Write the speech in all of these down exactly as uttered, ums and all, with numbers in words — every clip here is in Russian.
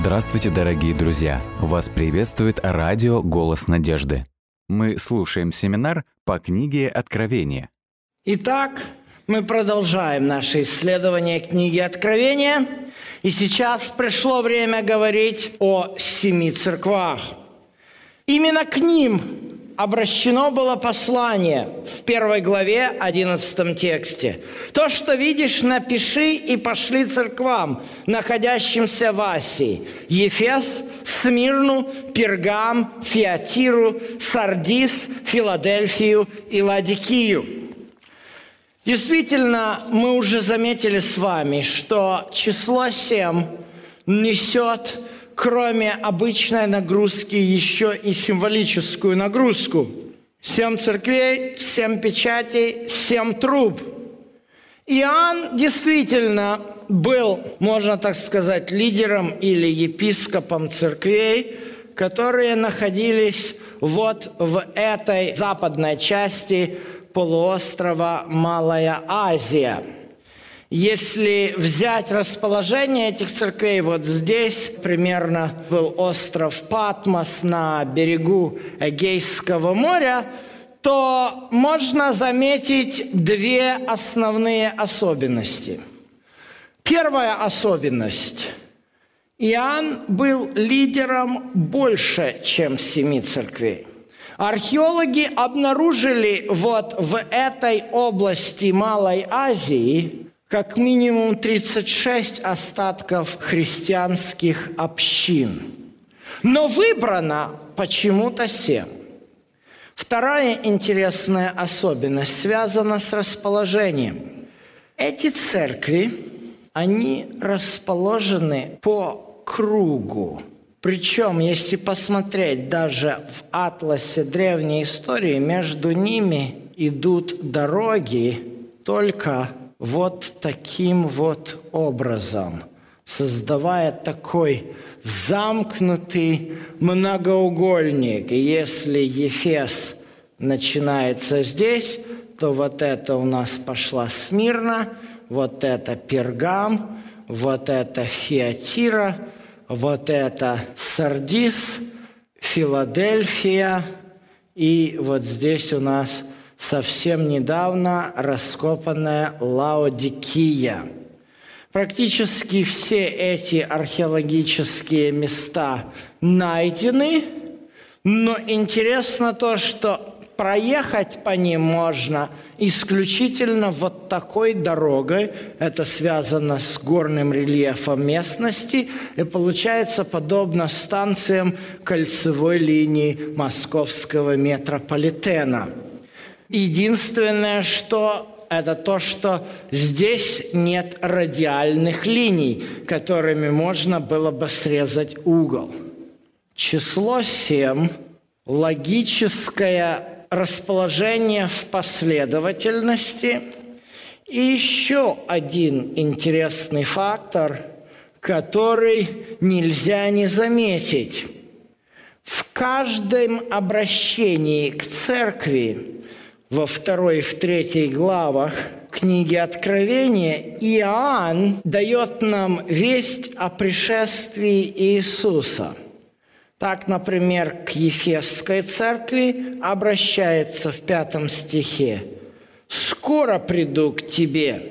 Здравствуйте, дорогие друзья! Вас приветствует радио «Голос надежды». Мы слушаем семинар по книге Откровения. Итак, мы продолжаем наше исследование книги Откровения. И сейчас пришло время говорить о семи церквах. Именно к ним обращено было послание в первой главе, одиннадцатом тексте. «То, что видишь, напиши и пошли церквам, находящимся в Асии: Ефес, Смирну, Пергам, Фиатиру, Сардис, Филадельфию и Ладикию». Действительно, мы уже заметили с вами, что число семь несет, кроме обычной нагрузки, еще и символическую нагрузку. Семь церквей, семь печатей, семь труб. Иоанн действительно был, можно так сказать, лидером или епископом церквей, которые находились вот в этой западной части полуострова Малая Азия. Если взять расположение этих церквей, вот здесь примерно был остров Патмос на берегу Эгейского моря, то можно заметить две основные особенности. Первая особенность. Иоанн был лидером больше, чем семи церквей. Археологи обнаружили вот в этой области Малой Азии как минимум тридцать шесть остатков христианских общин. Но выбрано почему-то семь. Вторая интересная особенность связана с расположением. Эти церкви, они расположены по кругу. Причем, если посмотреть даже в атласе древней истории, между ними идут дороги только вот таким вот образом, создавая такой замкнутый многоугольник. И если Ефес начинается здесь, то вот это у нас пошла Смирна, вот это Пергам, вот это Фиатира, вот это Сардис, Филадельфия, и вот здесь у нас совсем недавно раскопанная Лаодикия. Практически все эти археологические места найдены, но интересно то, что проехать по ним можно исключительно вот такой дорогой. Это связано с горным рельефом местности и получается подобно станциям кольцевой линии московского метрополитена. Единственное, что это то, что здесь нет радиальных линий, которыми можно было бы срезать угол. Число семь, логическое расположение в последовательности. И еще один интересный фактор, который нельзя не заметить. В каждом обращении к церкви во второй и в третьей главах книги Откровения Иоанн дает нам весть о пришествии Иисуса. Так, например, к Ефесской церкви обращается в пятом стихе: «Скоро приду к тебе».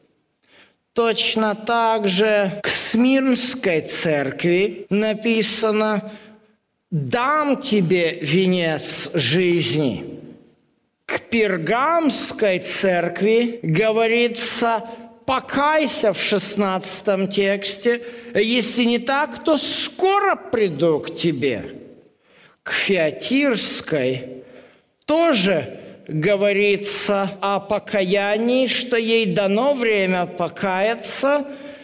Точно так же к Смирнской церкви написано: «Дам тебе венец жизни». К Пергамской церкви говорится: «Покайся» в шестнадцатом тексте. «Если не так, то скоро приду к тебе». К Фиатирской тоже говорится о покаянии, что ей дано время покаяться.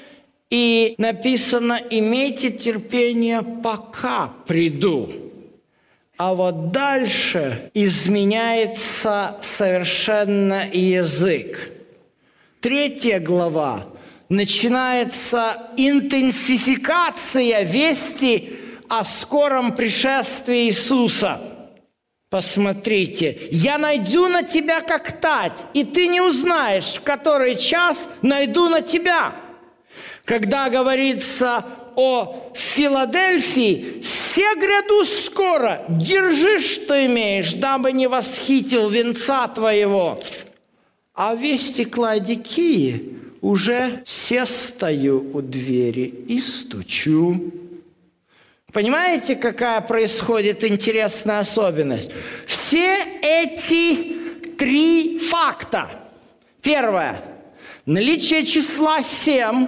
И написано: «Имейте терпение, пока приду». А вот дальше изменяется совершенно язык. Третья глава. Начинается интенсификация вести о скором пришествии Иисуса. Посмотрите, «Я найду на тебя, как тать, и ты не узнаешь, в который час найду на тебя». Когда говорится о Филадельфии: «Се гряду скоро, держи, что имеешь, дабы не восхитил венца твоего». А вести к Лаодикии: «Уже се стою у двери и стучу». Понимаете, какая происходит интересная особенность? Все эти три факта. Первое. Наличие числа семь,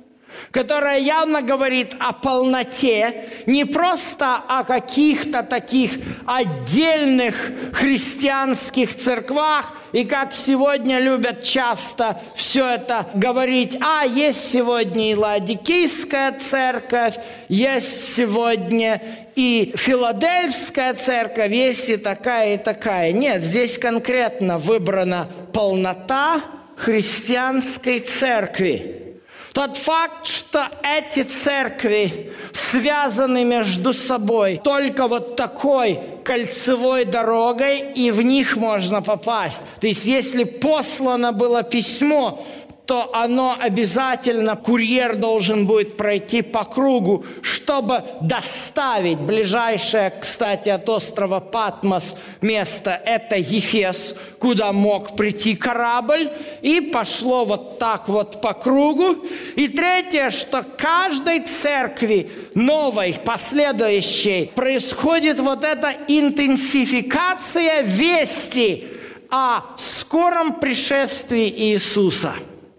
которое явно говорит о полноте, не просто о каких-то таких отдельных христианских церквах, и как сегодня любят часто все это говорить: а, есть сегодня и Лаодикийская церковь, есть сегодня и Филадельфская церковь, есть и такая, и такая. Нет, здесь конкретно выбрана полнота христианской церкви. Тот факт, что эти церкви связаны между собой только вот такой кольцевой дорогой, и в них можно попасть. То есть, если послано было письмо, то оно обязательно, курьер должен будет пройти по кругу, чтобы доставить ближайшее, кстати, от острова Патмос место, это Ефес, куда мог прийти корабль, и пошло вот так вот по кругу. И третье, что каждой церкви новой, последующей, происходит вот эта интенсификация вести о скором пришествии Иисуса.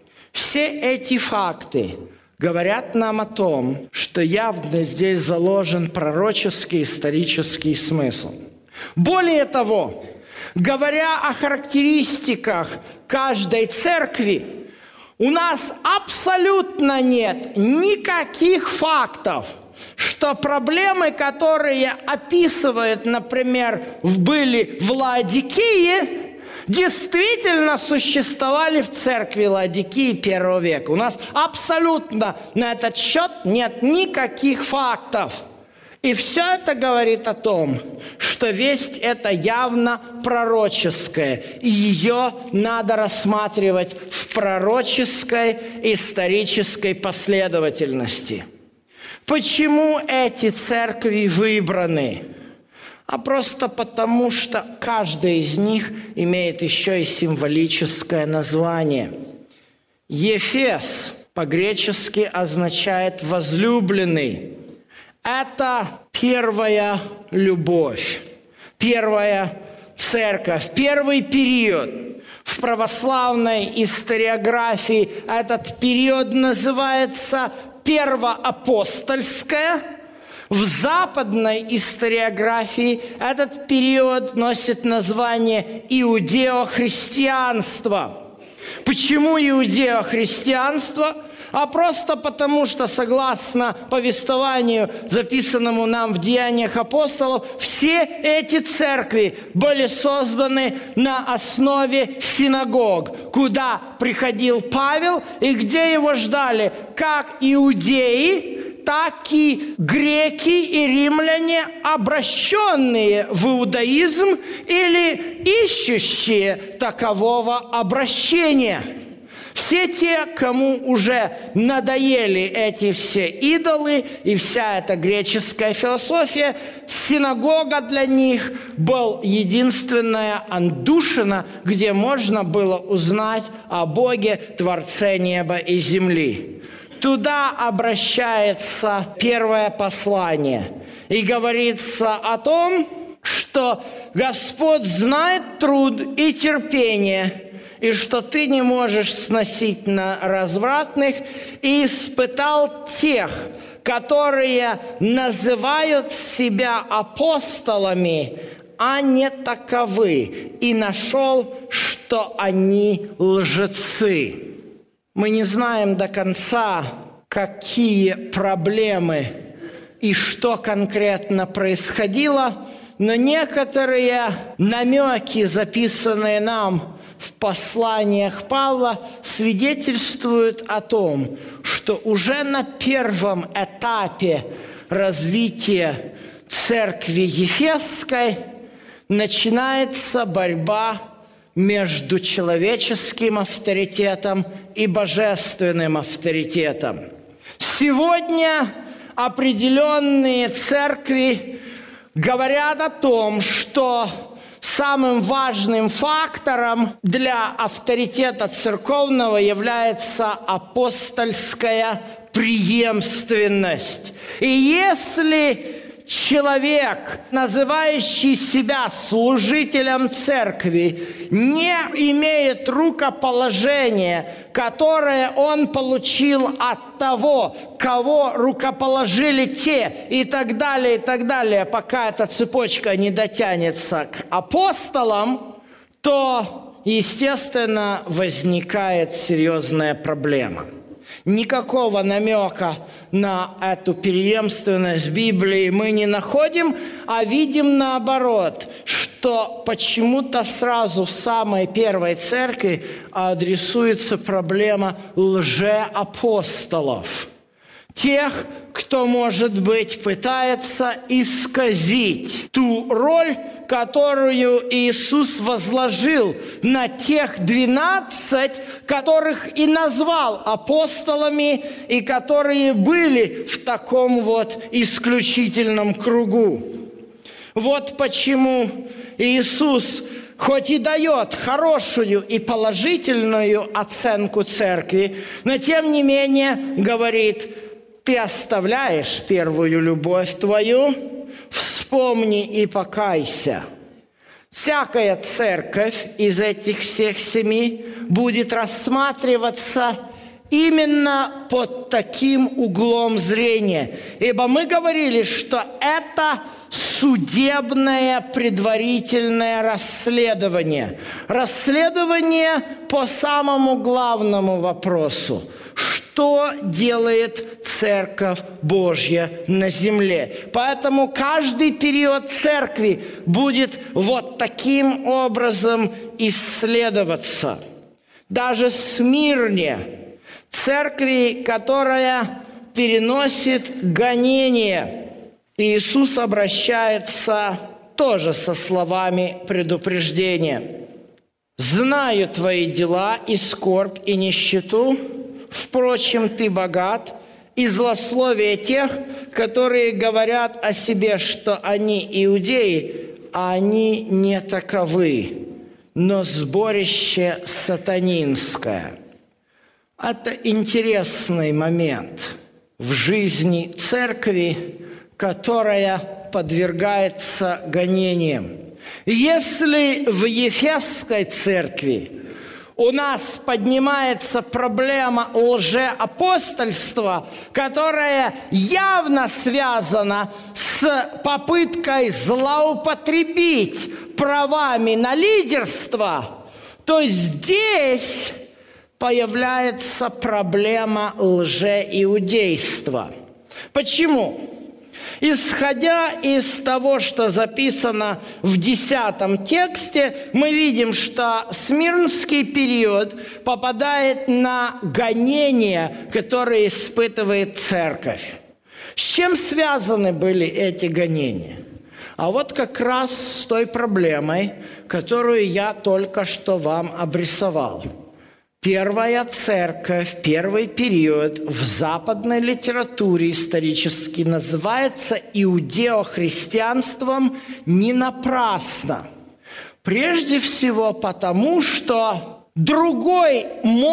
Все эти факты говорят нам о том, что явно здесь заложен пророческий исторический смысл. Более того, говоря о характеристиках каждой церкви, у нас абсолютно нет никаких фактов, что проблемы, которые описывают, например, были в Лаодикии, действительно существовали в церкви Лаодикии первого века. У нас абсолютно на этот счет нет никаких фактов. И все это говорит о том, что весть эта явно пророческая, и ее надо рассматривать в пророческой исторической последовательности. Почему эти церкви выбраны? А просто потому, что каждая из них имеет еще и символическое название. Ефес по-гречески означает «возлюбленный». Это первая любовь, первая церковь, первый период. В православной историографии этот период называется первоапостольская. В западной историографии этот период носит название иудеохристианство. Почему иудеохристианство? А просто потому, что, согласно повествованию, записанному нам в Деяниях апостолов, все эти церкви были созданы на основе синагог, куда приходил Павел и где его ждали как иудеи, так и греки и римляне, обращенные в иудаизм или ищущие такового обращения. Все те, кому уже надоели эти все идолы и вся эта греческая философия, синагога для них был единственная отдушина, где можно было узнать о Боге, Творце неба и земли. Туда обращается первое послание и говорится о том, что Господь знает труд и терпение, и что ты не можешь сносить на развратных, и испытал тех, которые называют себя апостолами, а не таковы, и нашел, что они лжецы. Мы не знаем до конца, какие проблемы и что конкретно происходило, но некоторые намеки, записанные нам в посланиях Павла, свидетельствуют о том, что уже на первом этапе развития церкви Ефесской начинается борьба между человеческим авторитетом и божественным авторитетом. Сегодня определенные церкви говорят о том, что самым важным фактором для авторитета церковного является апостольская преемственность. И если человек, называющий себя служителем церкви, не имеет рукоположения, которое он получил от того, кого рукоположили те, и так далее, и так далее, пока эта цепочка не дотянется к апостолам, то, естественно, возникает серьезная проблема. Никакого намека на эту преемственность в Библии мы не находим, а видим наоборот, что почему-то сразу в самой первой церкви адресуется проблема лжеапостолов. Тех, кто, может быть, пытается исказить ту роль, которую Иисус возложил на тех двенадцать, которых и назвал апостолами, и которые были в таком вот исключительном кругу. Вот почему Иисус, хоть и дает хорошую и положительную оценку церкви, но тем не менее говорит: ты оставляешь первую любовь твою, вспомни и покайся. Всякая церковь из этих всех семи будет рассматриваться именно под таким углом зрения. Ибо мы говорили, что это судебное предварительное расследование. Расследование по самому главному вопросу. Что делает Церковь Божья на земле? Поэтому каждый период церкви будет вот таким образом исследоваться. Даже в Смирне, церкви, которая переносит гонение, Иисус обращается тоже со словами предупреждения. «Знаю твои дела и скорбь, и нищету, впрочем, ты богат, и злословие тех, которые говорят о себе, что они иудеи, а они не таковы, но сборище сатанинское». Это интересный момент в жизни церкви, которая подвергается гонениям. Если в Ефесской церкви у нас поднимается проблема лжеапостольства, которая явно связана с попыткой злоупотребить правами на лидерство, то здесь появляется проблема лжеиудейства. Почему? Исходя из того, что записано в десятом тексте, мы видим, что смирнский период попадает на гонения, которые испытывает церковь. С чем связаны были эти гонения? А вот как раз с той проблемой, которую я только что вам обрисовал. Первая церковь, первый период в западной литературе исторически называется иудеохристианством не напрасно. Прежде всего потому, что другой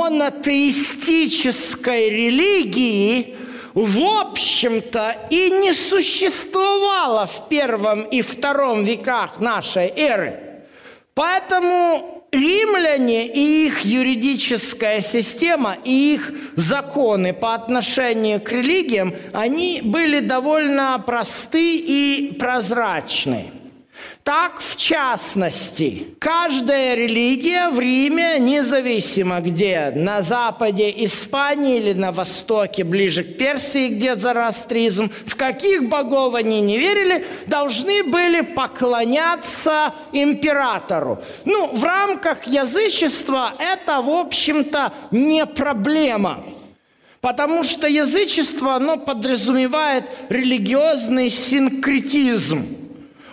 монотеистической религии в общем-то и не существовало в первом и втором веках нашей эры. Поэтому римляне и их юридическая система, и их законы по отношению к религиям, они были довольно просты и прозрачны. Так, в частности, каждая религия в Риме, независимо где, на западе Испании или на востоке, ближе к Персии, где зороастризм, в каких богов они не верили, должны были поклоняться императору. Ну, в рамках язычества это, в общем-то, не проблема. Потому что язычество, оно подразумевает религиозный синкретизм.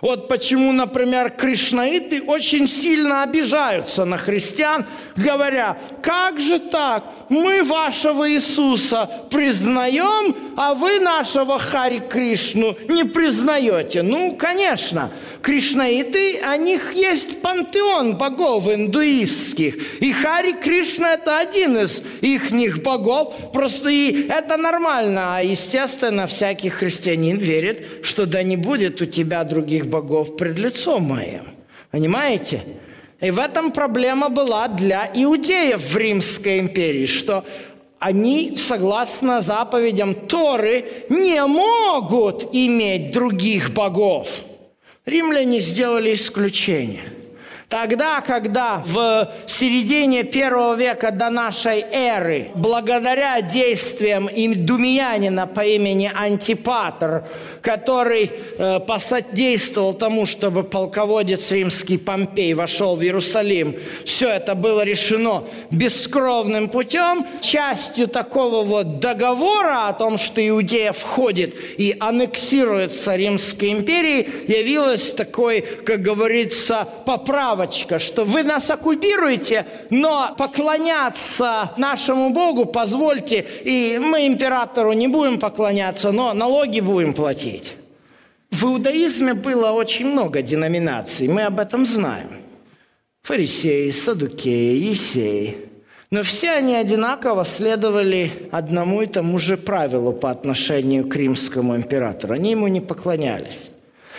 Вот почему, например, кришнаиты очень сильно обижаются на христиан, говоря: как же так? Мы вашего Иисуса признаем, а вы нашего Хари Кришну не признаете. Ну, конечно, кришнаиты, у них есть пантеон богов индуистских. И Хари Кришна – это один из их богов. Просто и это нормально. А, естественно, всякий христианин верит, что да не будет у тебя других богов пред лицом моим. Понимаете? И в этом проблема была для иудеев в Римской империи, что они, согласно заповедям Торы, не могут иметь других богов. Римляне сделали исключение. Тогда, когда в середине первого века до нашей эры, благодаря действиям идумеянина по имени Антипатр, который э, посодействовал тому, чтобы полководец римский Помпей вошел в Иерусалим, все это было решено бескровным путем. Частью такого вот договора о том, что Иудея входит и аннексируется Римской империей, явилась такой, как говорится, поправка, что вы нас оккупируете, но поклоняться нашему Богу позвольте, и мы императору не будем поклоняться, но налоги будем платить. В иудаизме было очень много деноминаций, мы об этом знаем. Фарисеи, саддукеи, есеи. Но все они одинаково следовали одному и тому же правилу по отношению к римскому императору. Они ему не поклонялись.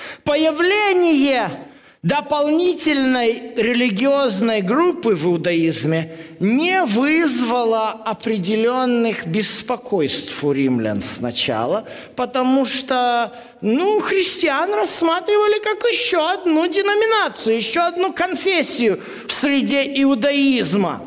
Появление дополнительной религиозной группы в иудаизме не вызвало определенных беспокойств у римлян сначала, потому что, ну, христиан рассматривали как еще одну деноминацию, еще одну конфессию в среде иудаизма.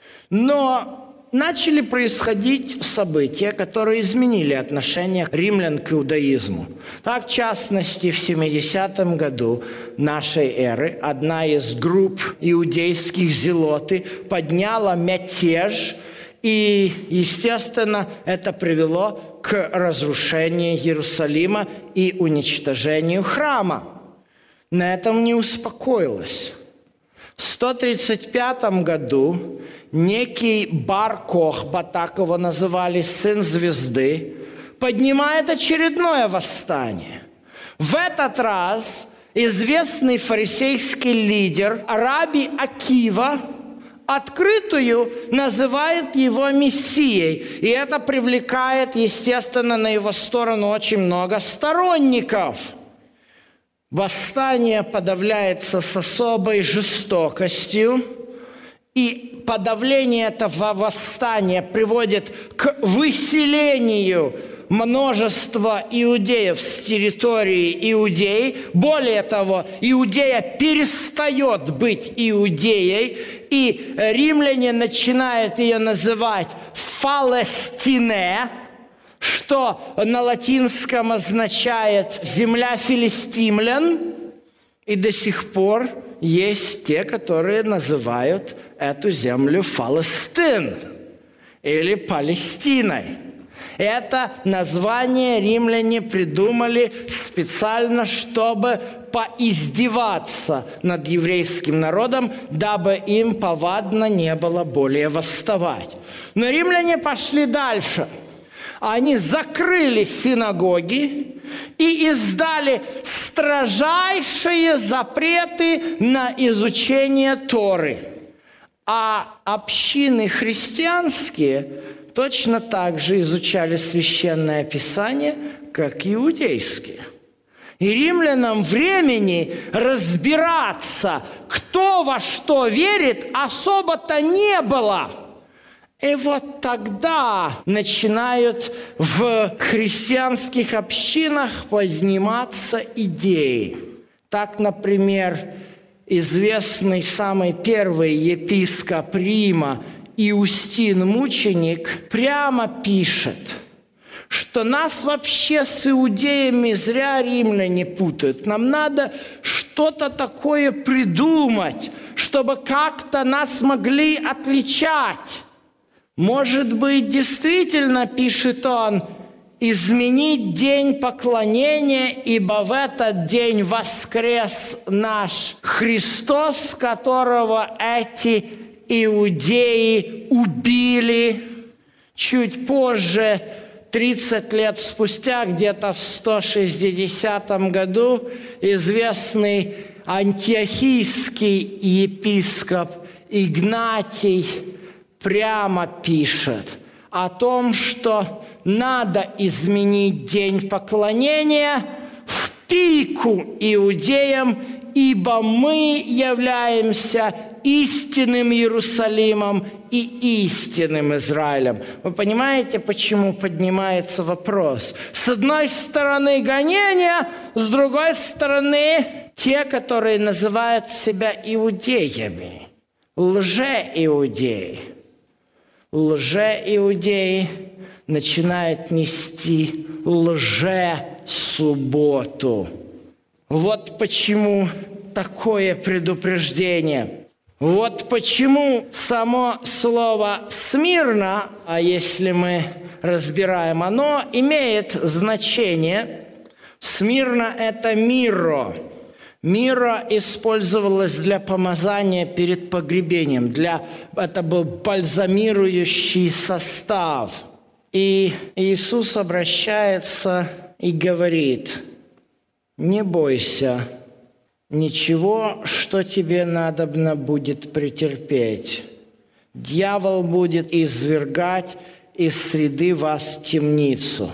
Но начали происходить события, которые изменили отношение римлян к иудаизму. Так, в частности, в семидесятом году нашей эры одна из групп иудейских зелоты подняла мятеж, и, естественно, это привело к разрушению Иерусалима и уничтожению храма. На этом не успокоилась. В сто тридцать пятом году некий Бар-Кохба, так его называли, сын звезды, поднимает очередное восстание. В этот раз известный фарисейский лидер Раби Акива открытую называет его мессией. И это привлекает, естественно, на его сторону очень много сторонников. Восстание подавляется с особой жестокостью, и подавление этого восстания приводит к выселению множества иудеев с территории Иудеи. Более того, Иудея перестает быть Иудеей, и римляне начинают ее называть Фалестине, что на латинском означает «земля филистимлян», и до сих пор есть те, которые называют эту землю Фалестин или Палестиной. Это название римляне придумали специально, чтобы поиздеваться над еврейским народом, дабы им повадно не было более восставать. Но римляне пошли дальше. Они закрыли синагоги и издали строжайшие запреты на изучение Торы. А общины христианские точно так же изучали Священное Писание, как и иудейские. И римлянам времени разбираться, кто во что верит, особо-то не было. И вот тогда начинают в христианских общинах подниматься идеи. Так, например, известный самый первый епископ Рима Иустин Мученик прямо пишет, что нас вообще с иудеями зря римляне путают. Нам надо что-то такое придумать, чтобы как-то нас могли отличать. Может быть, действительно, пишет он, изменить день поклонения, ибо в этот день воскрес наш Христос, которого эти иудеи убили. Чуть позже, тридцать лет спустя, где-то в сто шестидесятом году, известный антиохийский епископ Игнатий прямо пишет о том, что надо изменить день поклонения в пику иудеям, ибо мы являемся истинным Иерусалимом и истинным Израилем. Вы понимаете, почему поднимается вопрос? С одной стороны гонения, с другой стороны те, которые называют себя иудеями, лже-иудеи. Лже-иудеи начинают нести лже-субботу. Вот почему такое предупреждение. Вот почему само слово «смирно», а если мы разбираем, оно имеет значение. «Смирно» – это «миро». «Миро» использовалось для помазания перед погребением. Для... Это был бальзамирующий состав. И Иисус обращается и говорит: «Не бойся ничего, что тебе надобно будет претерпеть. Дьявол будет извергать из среды вас темницу.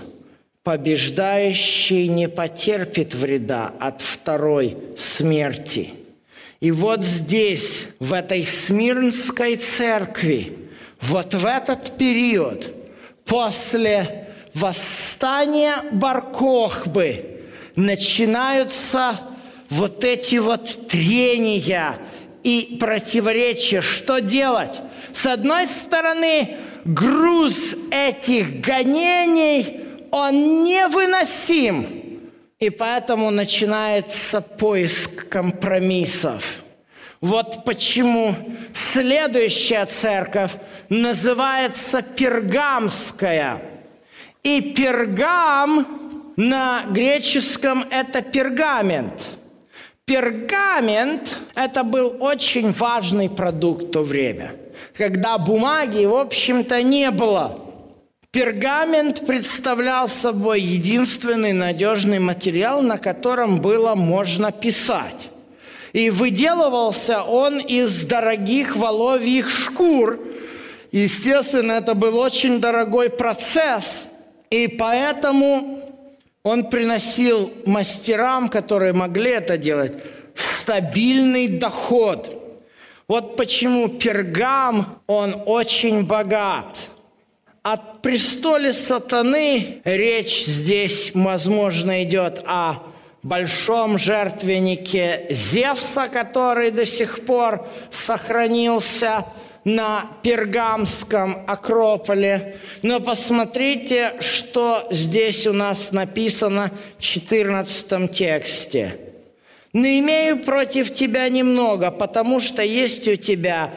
Побеждающий не потерпит вреда от второй смерти». И вот здесь, в этой Смирнской церкви, вот в этот период, после восстания Бар-Кохбы, начинаются вот эти вот трения и противоречия. Что делать? С одной стороны, груз этих гонений, он невыносим. И поэтому начинается поиск компромиссов. Вот почему следующая церковь называется Пергамская. И пергам на греческом – это пергамент. Пергамент – это был очень важный продукт в то время, когда бумаги, в общем-то, не было. Пергамент представлял собой единственный надежный материал, на котором было можно писать. И выделывался он из дорогих воловьих шкур. Естественно, это был очень дорогой процесс, и поэтому он приносил мастерам, которые могли это делать, стабильный доход. Вот почему пергам, он очень богат. О престоле сатаны речь здесь, возможно, идет о большом жертвеннике Зевса, который до сих пор сохранился на Пергамском Акрополе. Но посмотрите, что здесь у нас написано в четырнадцатом тексте. «Но имею против тебя немного, потому что есть у тебя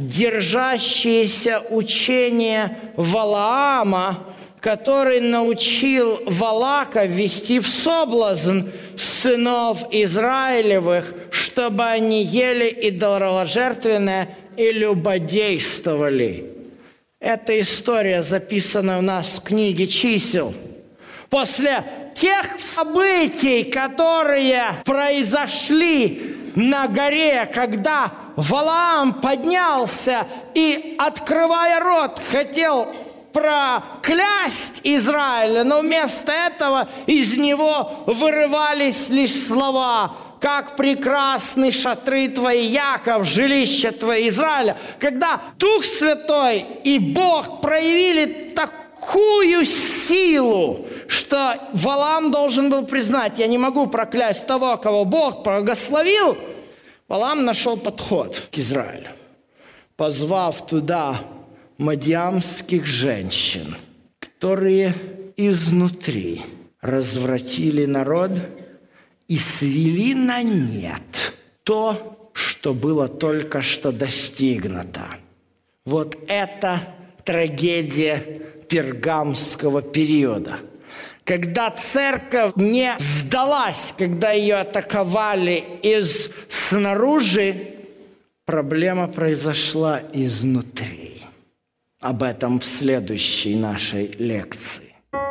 держащееся учение Валаама, который научил Валака ввести в соблазн сынов Израилевых, чтобы они ели идоложертвенное и любодействовали». Эта история записана у нас в книге «Чисел». После тех событий, которые произошли на горе, когда Валаам поднялся и, открывая рот, хотел проклясть Израиля, но вместо этого из него вырывались лишь слова: «Как прекрасны шатры твои, Яков, жилище твое, Израиля». Когда Дух Святой и Бог проявили такую силу, что Валаам должен был признать: я не могу проклясть того, кого Бог благословил, Валаам нашел подход к Израилю, позвав туда мадиамских женщин, которые изнутри развратили народ и свели на нет то, что было только что достигнуто. Вот это трагедия пергамского периода. когда церковь не сдалась, когда ее атаковали из снаружи, проблема произошла изнутри. Об этом в следующей нашей лекции.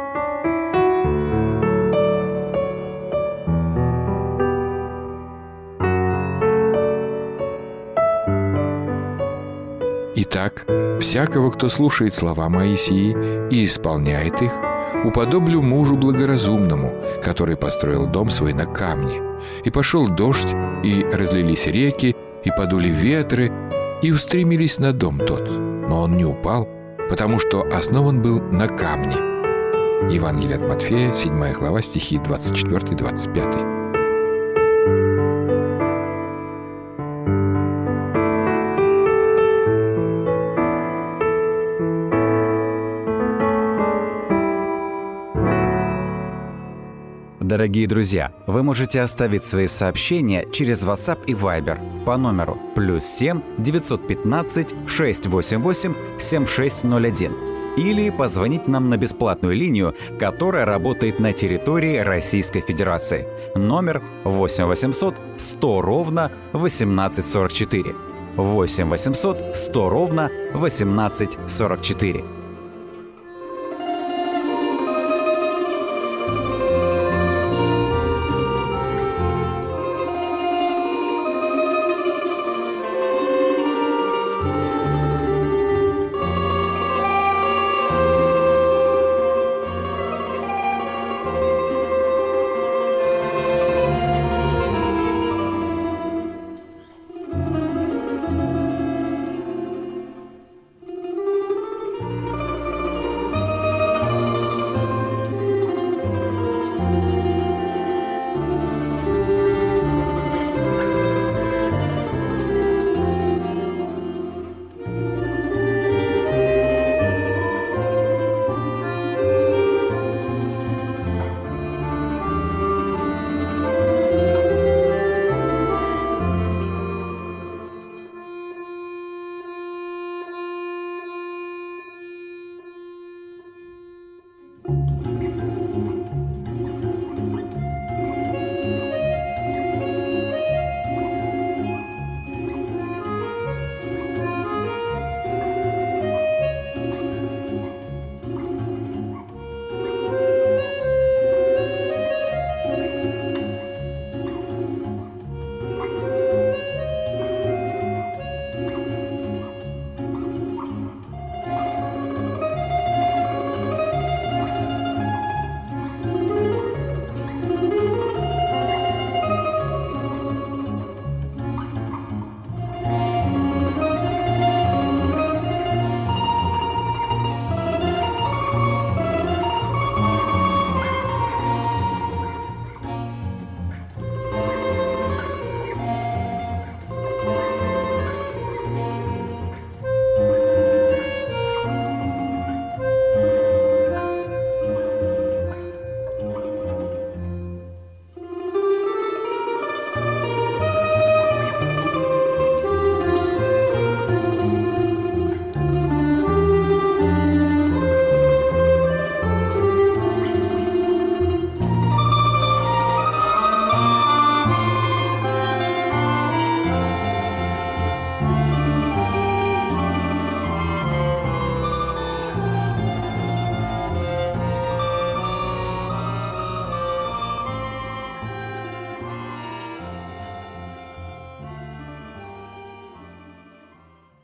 Итак, всякого, кто слушает слова Моисии и исполняет их, уподоблю мужу благоразумному, который построил дом свой на камне. И пошел дождь, и разлились реки, и подули ветры, и устремились на дом тот. Но он не упал, потому что основан был на камне. Евангелие от Матфея, седьмая глава, стихи двадцать четыре двадцать пять. Дорогие друзья, вы можете оставить свои сообщения через WhatsApp и Viber по номеру плюс семь девятьсот пятнадцать шестьсот восемьдесят восемь семьдесят шесть ноль один или позвонить нам на бесплатную линию, которая работает на территории Российской Федерации. Номер восемь восемьсот сто ровно восемнадцать сорок четыре. восемь восемьсот сто ровно восемнадцать сорок четыре.